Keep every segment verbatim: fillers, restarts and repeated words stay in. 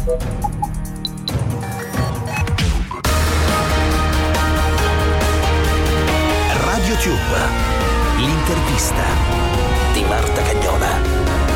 RadioTube, l'intervista di Marta Cagnola.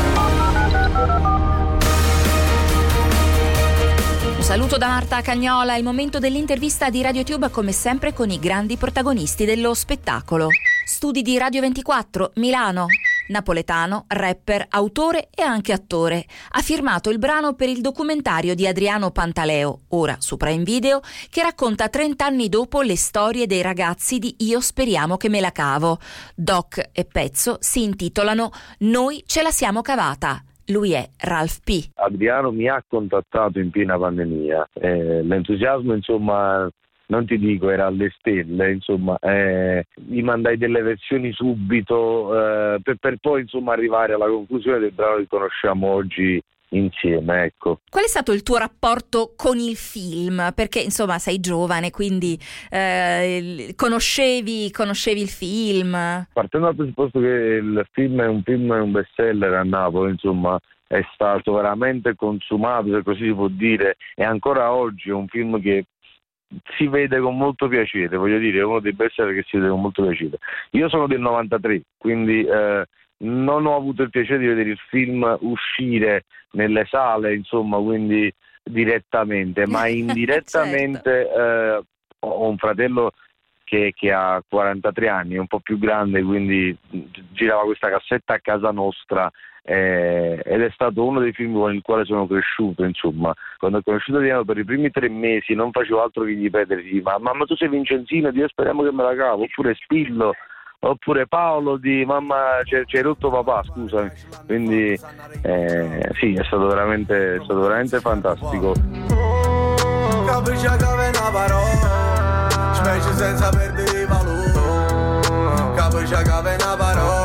Un saluto da Marta Cagnola, il momento dell'intervista di RadioTube, come sempre con i grandi protagonisti dello spettacolo. Studi di Radio ventiquattro, Milano. Napoletano, rapper, autore e anche attore. Ha firmato il brano per il documentario di Adriano Pantaleo, ora su Prime Video, che racconta trent'anni dopo le storie dei ragazzi di Io speriamo che me la cavo. Doc e pezzo si intitolano Noi ce la siamo cavata. Lui è Ralph P. Adriano mi ha contattato in piena pandemia. Eh, l'entusiasmo, insomma, non ti dico, era alle stelle, insomma, eh, gli mandai delle versioni subito eh, per, per poi, insomma, arrivare alla conclusione del brano che conosciamo oggi insieme, ecco. Qual è stato il tuo rapporto con il film? Perché, insomma, sei giovane, quindi eh, conoscevi, conoscevi il film? Partendo dal presupposto che il film è un film, è un bestseller a Napoli, insomma, è stato veramente consumato, se così si può dire, e ancora oggi è un film che si vede con molto piacere, voglio dire, è uno dei bestseller che si vede con molto piacere. Io sono del novantatré, quindi eh, non ho avuto il piacere di vedere il film uscire nelle sale, insomma, quindi direttamente, ma indirettamente certo. eh, ho un fratello che, che ha quarantatré anni, è un po' più grande, quindi girava questa cassetta a casa nostra. Eh, ed è stato uno dei film con il quale sono cresciuto, insomma. Quando ho conosciuto Adriano per i primi tre mesi non facevo altro che gli ripetergli ma mamma tu sei Vincenzino, Dio speriamo che me la cavo, oppure Spillo, oppure Paolo di mamma c'è, c'è rotto papà, scusami. Quindi eh, sì, è stato veramente, è stato veramente fantastico. Capisci che è una parola, specie senza perdere il valore. Capisci che è una parola,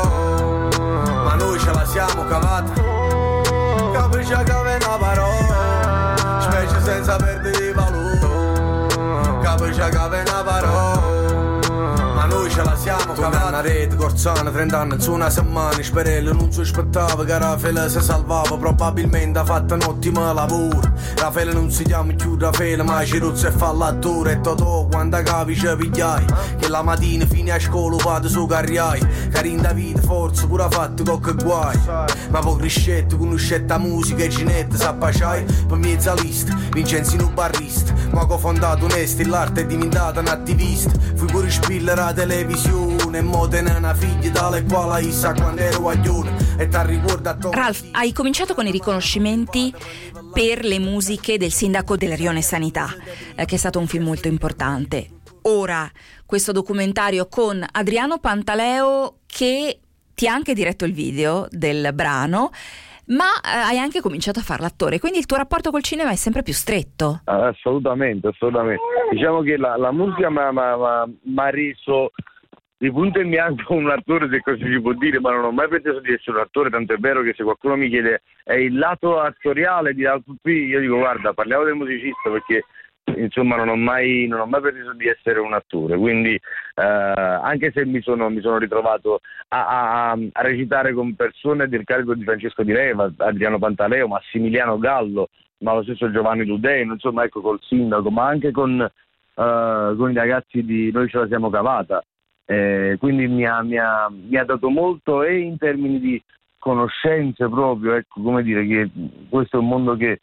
noi ce la siamo cavata. Capisci che è una parola, specie senza perdere il valore. Capisci che è una parola, ma noi ce la siamo cavata. Una rete corsana, trenta anni su una settimana. Sperello non si aspettava che Raffaele si salvava. Probabilmente ha fatto un ottimo lavoro. Raffaele non si chiama più Raffaele, ma Ciruzzo e fa l'attore. E Totò quando capi ci pigliai, che la mattina fino a scuola vado su carriai. Carin da vita forse pure ha fatto qualche guai, ma poi crescetto conoscette la musica e Ginette s'appasciai. Per mezza lista Vincenzino barrista, ma che ho fondato onesti l'arte è diventata un attivista. Fui pure spiller a televisione e mo tene una figlia tale quale issa quando ero guaglione. E t'ha ricordato. Ralph, hai cominciato con i riconoscimenti per le musiche del sindaco del Rione Sanità, eh, che è stato un film molto importante. Ora questo documentario con Adriano Pantaleo, che ti ha anche diretto il video del brano, ma eh, hai anche cominciato a fare l'attore, quindi il tuo rapporto col cinema è sempre più stretto. Assolutamente, assolutamente. Diciamo che la, la musica mi ha reso di punto in bianco un attore, se così si può dire, ma non ho mai preteso di essere un attore, tanto è vero che se qualcuno mi chiede è il lato attoriale di Ralph P, io dico guarda, parliamo del musicista, perché insomma non ho mai non ho mai preteso di essere un attore, quindi eh, anche se mi sono mi sono ritrovato a, a, a recitare con persone del calibro di Francesco Di Leva, Adriano Pantaleo, Massimiliano Gallo, ma lo stesso Giovanni Dudeno, insomma, ecco, col sindaco, ma anche con, eh, con i ragazzi di Noi ce la siamo cavata. Eh, quindi mi ha, mi, ha, mi ha dato molto, e in termini di conoscenze proprio, ecco, come dire che questo è un mondo che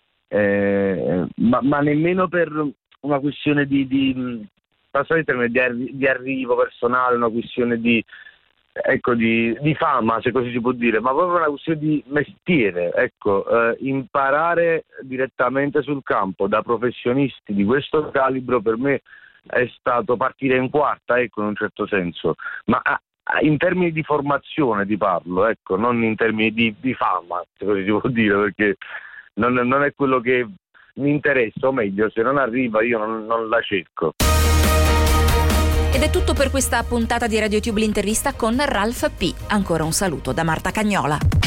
eh, ma, ma nemmeno per una questione di, di, di, arri- di arrivo personale, una questione di, ecco, di, di fama, se così si può dire, ma proprio una questione di mestiere, ecco, eh, imparare direttamente sul campo da professionisti di questo calibro per me è stato partire in quarta, ecco, in un certo senso, ma a, a, in termini di formazione ti parlo, ecco, non in termini di, di fama, se così si può dire, perché non, non è quello che mi interessa, o meglio, se non arriva io non, non la cerco. Ed è tutto per questa puntata di RadioTube, l'intervista con Ralph P. Ancora un saluto da Marta Cagnola.